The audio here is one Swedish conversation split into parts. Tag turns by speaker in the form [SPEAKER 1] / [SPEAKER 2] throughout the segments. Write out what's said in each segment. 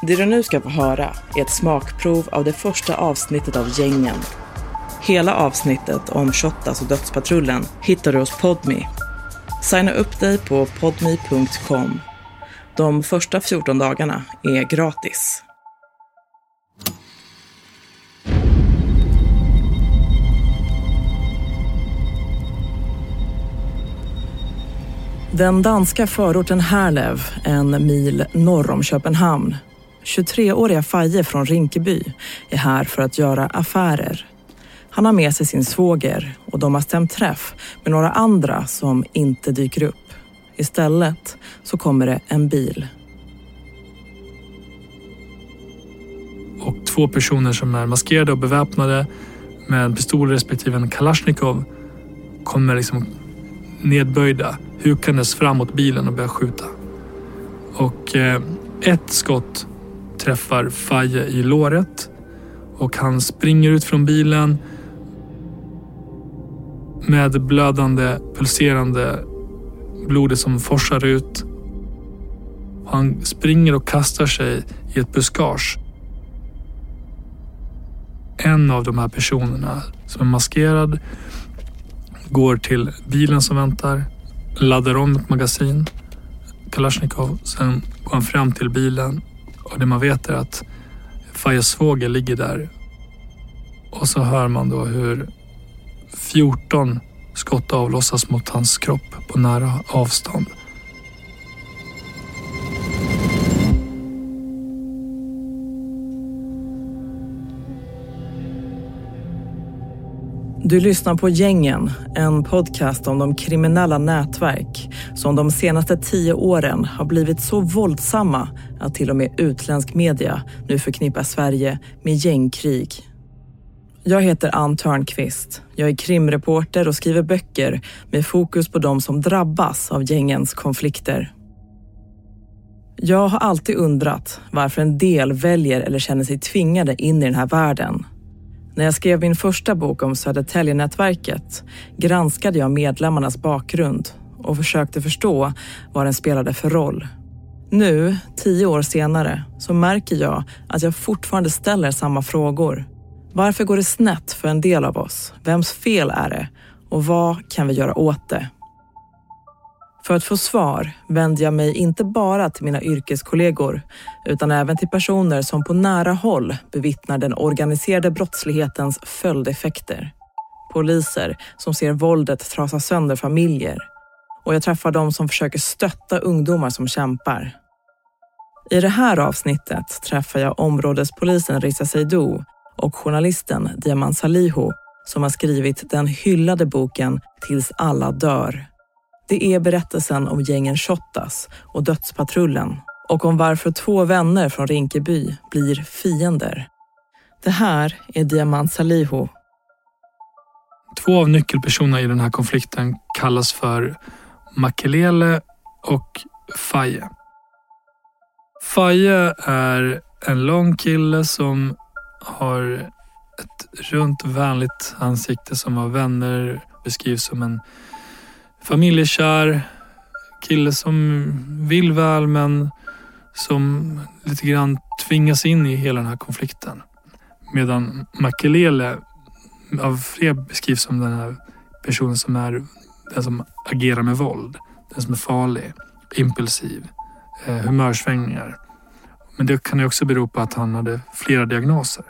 [SPEAKER 1] Det du nu ska få höra är ett smakprov av det första avsnittet av Gängen. Hela avsnittet om Shottaz och Dödspatrullen hittar du hos Podme. Signa upp dig på podme.com. De första 14 dagarna är gratis. Den danska förorten Herlev, en mil norr om Köpenhamn. 23-åriga Faye från Rinkeby är här för att göra affärer. Han har med sig sin svåger och de har stämt träff med några andra som inte dyker upp. Istället så kommer det en bil.
[SPEAKER 2] Och 2 personer som är maskerade och beväpnade med en pistol respektive en Kalashnikov kommer liksom nedböjda, hukandes fram mot bilen och börjar skjuta. Och ett skott träffar Faye i låret och han springer ut från bilen med blödande, pulserande blodet som forsar ut. Han springer och kastar sig i ett buskage. En av de här personerna som är maskerad går till bilen som väntar, laddar om ett magasin, Kalashnikov, sen går han fram till bilen och det man vet är att Fayes svåger ligger där. Och så hör man då hur 14 skott avlossas mot hans kropp på nära avstånd.
[SPEAKER 1] Du lyssnar på Gängen, en podcast om de kriminella nätverk som de senaste 10 åren har blivit så våldsamma att till och med utländsk media nu förknippar Sverige med gängkrig. Jag heter Ann Törnqvist. Jag är krimreporter och skriver böcker med fokus på de som drabbas av gängens konflikter. Jag har alltid undrat varför en del väljer eller känner sig tvingade in i den här världen. När jag skrev min första bok om Södertälje-nätverket granskade jag medlemmarnas bakgrund och försökte förstå vad den spelade för roll. Nu, 10 år senare, så märker jag att jag fortfarande ställer samma frågor. Varför går det snett för en del av oss? Vems fel är det? Och vad kan vi göra åt det? För att få svar vände jag mig inte bara till mina yrkeskollegor utan även till personer som på nära håll bevittnar den organiserade brottslighetens följdeffekter. Poliser som ser våldet trasa sönder familjer. Och jag träffar de som försöker stötta ungdomar som kämpar. I det här avsnittet träffar jag områdespolisen Rissa Seydou och journalisten Diamant Salihu som har skrivit den hyllade boken Tills alla dör. Det är berättelsen om gängen Shottaz och Dödspatrullen och om varför 2 vänner från Rinkeby blir fiender. Det här är Diamant Salihu.
[SPEAKER 2] 2 av nyckelpersonerna i den här konflikten kallas för Makelele och Faye. Faye är en lång kille som har ett runt vänligt ansikte som har vänner, beskrivs som en familjekär kille som vill väl men som lite grann tvingas in i hela den här konflikten. Medan Makelele av fler beskrivs som den här personen som är den som agerar med våld. Den som är farlig, impulsiv, humörsvängningar. Men det kan ju också bero på att han hade flera diagnoser.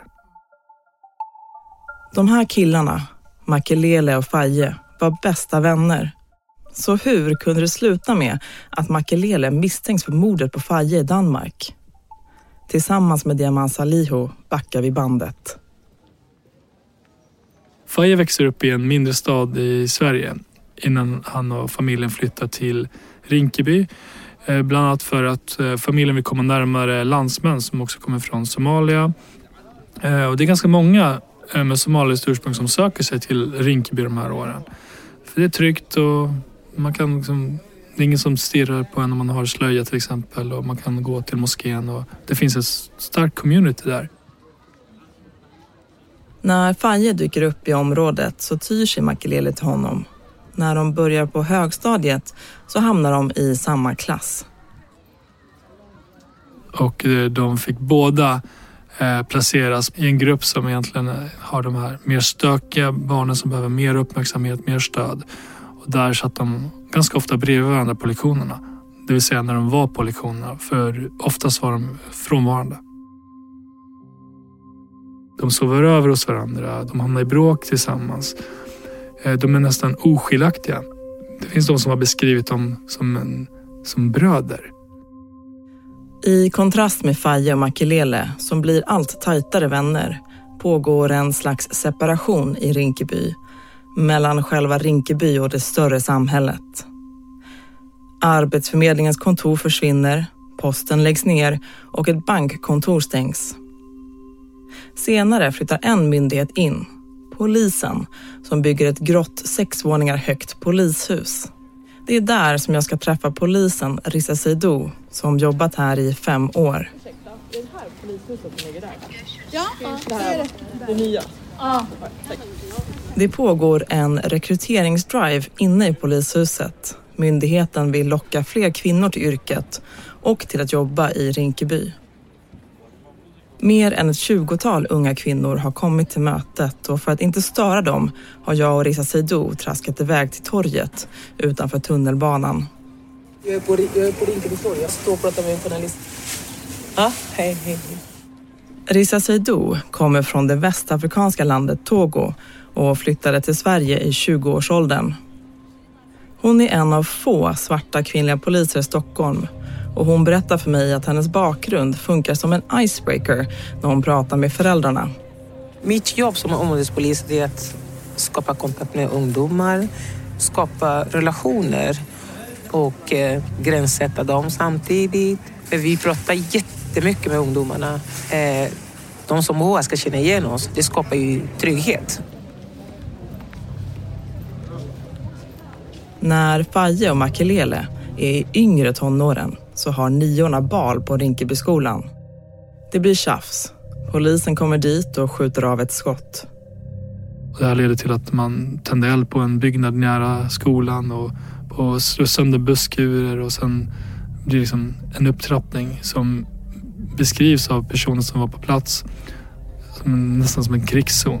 [SPEAKER 1] De här killarna, Makelele och Faye, var bästa vänner. Så hur kunde det sluta med att Makelele misstänks för mordet på Faye i Danmark? Tillsammans med Diamant Salihu backar vi bandet.
[SPEAKER 2] Faye växer upp i en mindre stad i Sverige innan han och familjen flyttar till Rinkeby. Bland annat för att familjen vill komma närmare landsmän som också kommer från Somalia. Och det är ganska många med somaliskt ursprung som söker sig till Rinkeby de här åren. För det är tryggt och man kan liksom, det är ingen som stirrar på en om man har slöja till exempel och man kan gå till moskén och det finns ett starkt community där.
[SPEAKER 1] När Faye dyker upp i området så tyr sig Makelele till honom. När de börjar på högstadiet så hamnar de i samma klass.
[SPEAKER 2] Och de fick båda placeras i en grupp som egentligen har de här mer stökiga barnen som behöver mer uppmärksamhet, mer stöd. Och där satt de ganska ofta bredvid varandra på lektionerna. Det vill säga när de var på lektionerna, för oftast var de frånvarande. De sover över hos varandra, de hamnar i bråk tillsammans. De är nästan oskiljaktiga. Det finns de som har beskrivit dem som bröder.
[SPEAKER 1] I kontrast med Faye och Makelele, som blir allt tajtare vänner, pågår en slags separation i Rinkeby, mellan själva Rinkeby och det större samhället. Arbetsförmedlingens kontor försvinner, posten läggs ner och ett bankkontor stängs. Senare flyttar en myndighet in, polisen, som bygger ett grått 6 våningar högt polishus. Det är där som jag ska träffa polisen Rissa Seydou, som jobbat här i 5 år.
[SPEAKER 3] Är det här polishuset som ligger där?
[SPEAKER 4] Ja,
[SPEAKER 3] det här det nya.
[SPEAKER 4] Ja.
[SPEAKER 1] Det pågår en rekryteringsdrive inne i polishuset. Myndigheten vill locka fler kvinnor till yrket och till att jobba i Rinkeby. Mer än ett 20-tal unga kvinnor har kommit till mötet, och för att inte störa dem har jag och Rissa Seydou traskat iväg till torget utanför tunnelbanan.
[SPEAKER 3] Jag är på Rinkeby torg. Jag står och pratar med en journalist. Ja, hej.
[SPEAKER 1] Rissa Seydou kommer från det västafrikanska landet Togo och flyttade till Sverige i 20-årsåldern. Hon är en av få svarta kvinnliga poliser i Stockholm, och hon berättar för mig att hennes bakgrund funkar som en icebreaker när hon pratar med föräldrarna.
[SPEAKER 3] Mitt jobb som områdespolis är att skapa kontakt med ungdomar, skapa relationer och gränssätta dem samtidigt. För vi pratar jättemycket med ungdomarna. De som måste ska känna igen oss, det skapar ju trygghet.
[SPEAKER 1] När Faye och Makelele är i yngre tonåren så har 9:orna bal på Rinkebyskolan. Det blir tjafs. Polisen kommer dit och skjuter av ett skott.
[SPEAKER 2] Det här leder till att man tänder eld på en byggnad nära skolan och slår sönder busskurer, och sen blir det liksom en upptrappning som beskrivs av personer som var på plats nästan som en krigszon.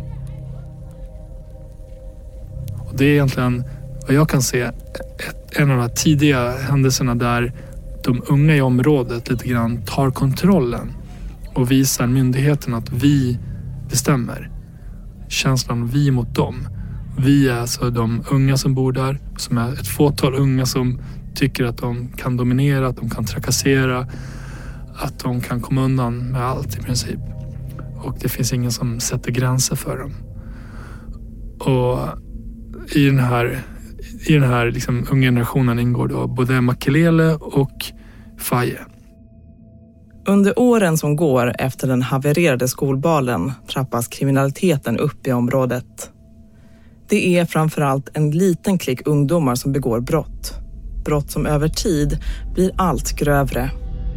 [SPEAKER 2] Och det är egentligen, vad jag kan se, en av de här tidiga händelserna där de unga i området lite grann tar kontrollen och visar myndigheten att vi bestämmer. Känslan vi mot dem. Vi är alltså de unga som bor där, som är ett fåtal unga som tycker att de kan dominera, att de kan trakassera, att de kan komma undan med allt i princip. Och det finns ingen som sätter gränser för dem. Och i den här liksom unga generationen ingår då både Makelele och Faye.
[SPEAKER 1] Under åren som går efter den havererade skolbalen trappas kriminaliteten upp i området. Det är framförallt en liten klick ungdomar som begår brott. Brott som över tid blir allt grövre.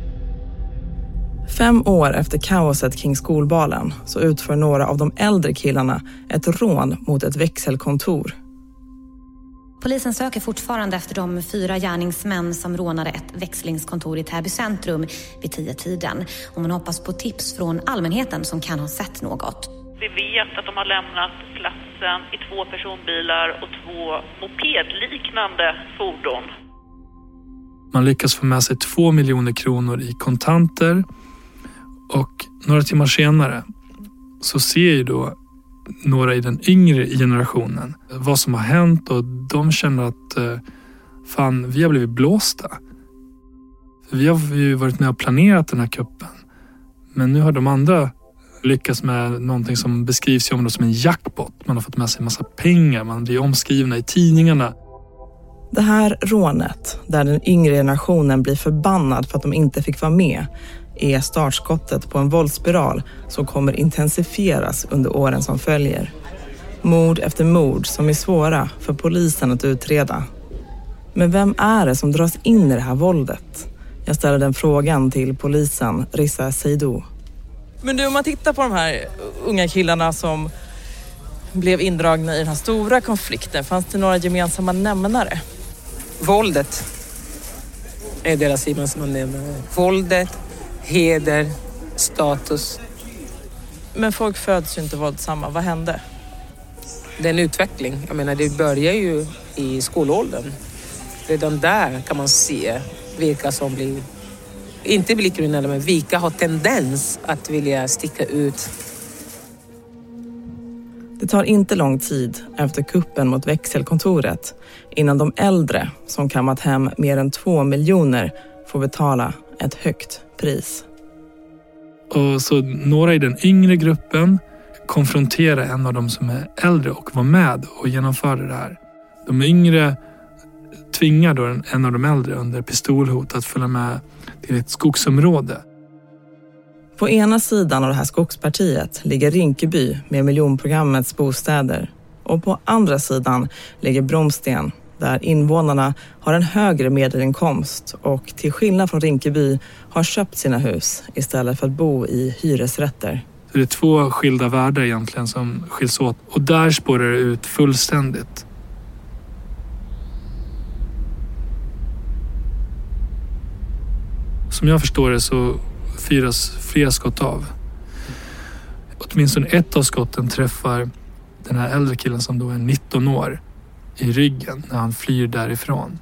[SPEAKER 1] 5 år efter kaoset kring skolbalen så utför några av de äldre killarna ett rån mot ett växelkontor.
[SPEAKER 5] Polisen söker fortfarande efter de 4 gärningsmän som rånade ett växlingskontor i Täby centrum vid 10-tiden. Och man hoppas på tips från allmänheten som kan ha sett något.
[SPEAKER 6] Vi vet att de har lämnat platsen i 2 personbilar och 2 mopedliknande fordon.
[SPEAKER 2] Man lyckas få med sig 2 miljoner kronor i kontanter, och några timmar senare så ser ju då några i den yngre generationen vad som har hänt, och de känner att fan, vi har blivit blåsta. Vi har ju varit med och planerat den här kuppen, men nu har de andra lyckats med någonting som beskrivs ju som en jackpot. Man har fått med sig en massa pengar, man blir omskrivna i tidningarna.
[SPEAKER 1] Det här rånet, där den yngre generationen blir förbannad för att de inte fick vara med, är startskottet på en våldsspiral som kommer intensifieras under åren som följer. Mord efter mord som är svåra för polisen att utreda. Men vem är det som dras in i det här våldet? Jag ställer den frågan till polisen Rissa Seydou.
[SPEAKER 4] Men du, om man tittar på de här unga killarna som blev indragna i den här stora konflikten, fanns det några gemensamma nämnare?
[SPEAKER 3] Våldet är deras gemensamma nämnare. Våldet, heder, status.
[SPEAKER 4] Men folk föds ju inte våldsamma. Vad hände?
[SPEAKER 3] Det är en utveckling. Jag menar, det börjar ju i skolåldern. Redan där kan man se vilka som inte blir kriminella, men vilka har tendens att vilja sticka ut.
[SPEAKER 1] Det tar inte lång tid efter kuppen mot växelkontoret innan de äldre som kammat hem mer än 2 miljoner får betala ett högt pris.
[SPEAKER 2] Och så några i den yngre gruppen konfronterar en av dem som är äldre och var med och genomförde det här. De yngre tvingar då en av de äldre under pistolhot att följa med till ett skogsområde.
[SPEAKER 1] På ena sidan av det här skogspartiet ligger Rinkeby med miljonprogrammets bostäder. Och på andra sidan ligger Bromsten där invånarna har en högre medelinkomst och till skillnad från Rinkeby har köpt sina hus istället för att bo i hyresrätter.
[SPEAKER 2] Så det är 2 skilda världar egentligen som skiljs åt och där spårar det ut fullständigt. Som jag förstår det så firas flera skott av. Åtminstone ett av skotten träffar den här äldre killen som då är 19 år i ryggen när han flyr därifrån.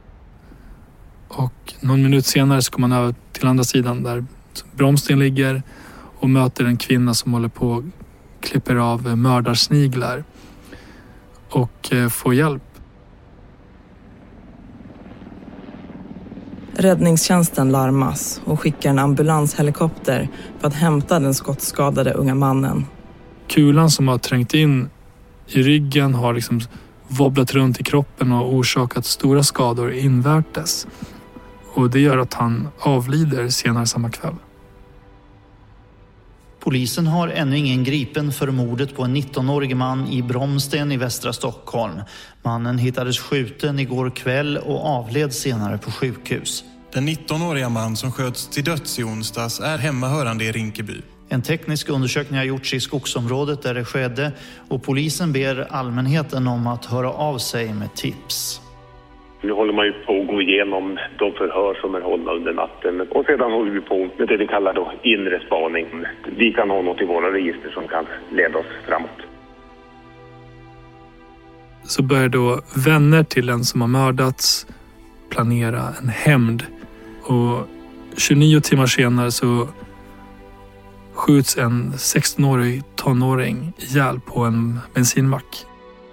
[SPEAKER 2] Och någon minut senare så kommer man över till andra sidan där Bromsten ligger och möter en kvinna som håller på och klipper av mördarsniglar och får hjälp.
[SPEAKER 1] Räddningstjänsten larmas och skickar en ambulanshelikopter för att hämta den skottskadade unga mannen.
[SPEAKER 2] Kulan som har trängt in i ryggen har liksom wobblat runt i kroppen och orsakat stora skador invärtes. Och det gör att han avlider senare samma kväll.
[SPEAKER 7] Polisen har ännu ingen gripen för mordet på en 19-årig man i Bromsten i västra Stockholm. Mannen hittades skjuten igår kväll och avled senare på sjukhus.
[SPEAKER 8] Den 19-åriga man som sköts till döds i onsdags är hemmahörande i Rinkeby.
[SPEAKER 7] En teknisk undersökning har gjorts i skogsområdet där det skedde och polisen ber allmänheten om att höra av sig med tips.
[SPEAKER 9] Nu håller man ju på att gå igenom de förhör som är hållna under natten och sedan håller vi på med det vi kallar då inre spaning. Vi kan ha något i våra register som kan leda oss framåt.
[SPEAKER 2] Så börjar då vänner till den som har mördats planera en hämnd. Och 29 timmar senare så skjuts en 16-årig tonåring ihjäl på en bensinmack.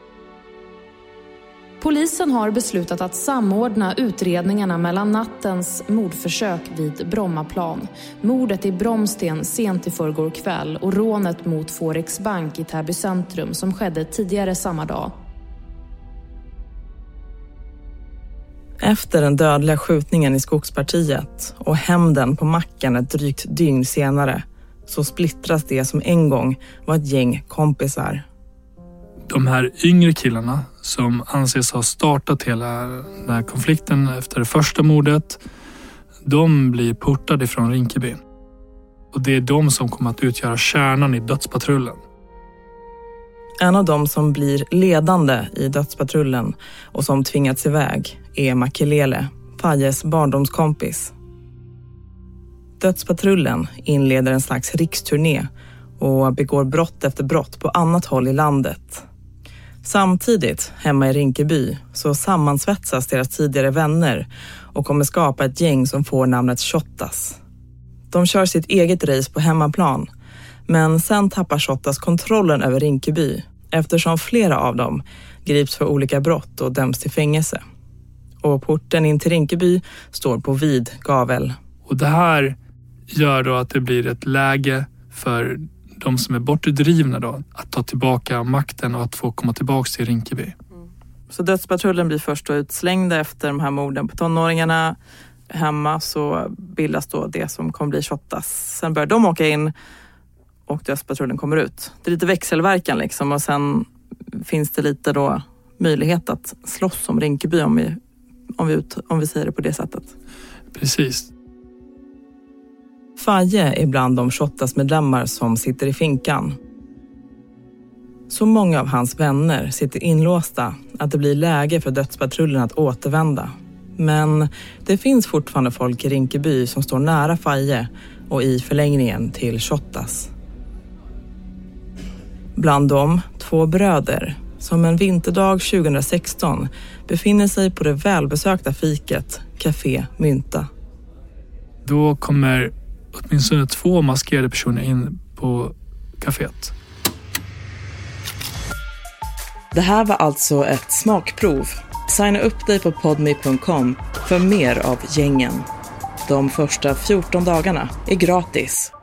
[SPEAKER 10] Polisen har beslutat att samordna utredningarna mellan nattens mordförsök vid Brommaplan, mordet i Bromsten sent i förrgår kväll och rånet mot Forex Bank i Täby centrum som skedde tidigare samma dag.
[SPEAKER 1] Efter den dödliga skjutningen i skogspartiet och hämnden på macken ett drygt dygn senare så splittras det som en gång var ett gäng kompisar.
[SPEAKER 2] De här yngre killarna som anses ha startat hela den här konflikten efter det första mordet, de blir portade från Rinkeby. Och det är de som kommer att utgöra kärnan i dödspatrullen.
[SPEAKER 1] En av dem som blir ledande i dödspatrullen och som tvingats iväg är Makelele, Fajes barndomskompis. Dödspatrullen inleder en slags riksturné och begår brott efter brott på annat håll i landet. Samtidigt, hemma i Rinkeby, så sammansvetsas deras tidigare vänner och kommer skapa ett gäng som får namnet Shottaz. De kör sitt eget race på hemmaplan, men sen tappar Shottaz kontrollen över Rinkeby eftersom flera av dem grips för olika brott och döms till fängelse. Och porten in till Rinkeby står på vid gavel.
[SPEAKER 2] Och det här gör då att det blir ett läge för de som är bortdrivna då att ta tillbaka makten och att få komma tillbaka till Rinkeby.
[SPEAKER 4] Så dödspatrullen blir först då utslängda efter de här morden på tonåringarna. Hemma så bildas då det som kommer bli Shottaz. Sen börjar de åka in och dödspatrullen kommer ut. Det är lite växelverkan liksom och sen finns det lite då möjlighet att slåss om Rinkeby om vi säger det på det sättet.
[SPEAKER 2] Precis.
[SPEAKER 1] Faje är bland de Shottaz-medlemmar som sitter i finkan. Så många av hans vänner sitter inlåsta att det blir läge för dödspatrullen att återvända. Men det finns fortfarande folk i Rinkeby som står nära Faje och i förlängningen till Shottaz. Bland dem 2 bröder som en vinterdag 2016 befinner sig på det välbesökta fiket Café Mynta.
[SPEAKER 2] Då kommer åtminstone 2 maskerade personer in på kaféet.
[SPEAKER 1] Det här var alltså ett smakprov. Signa upp dig på podme.com för mer av Gängen. De första 14 dagarna är gratis.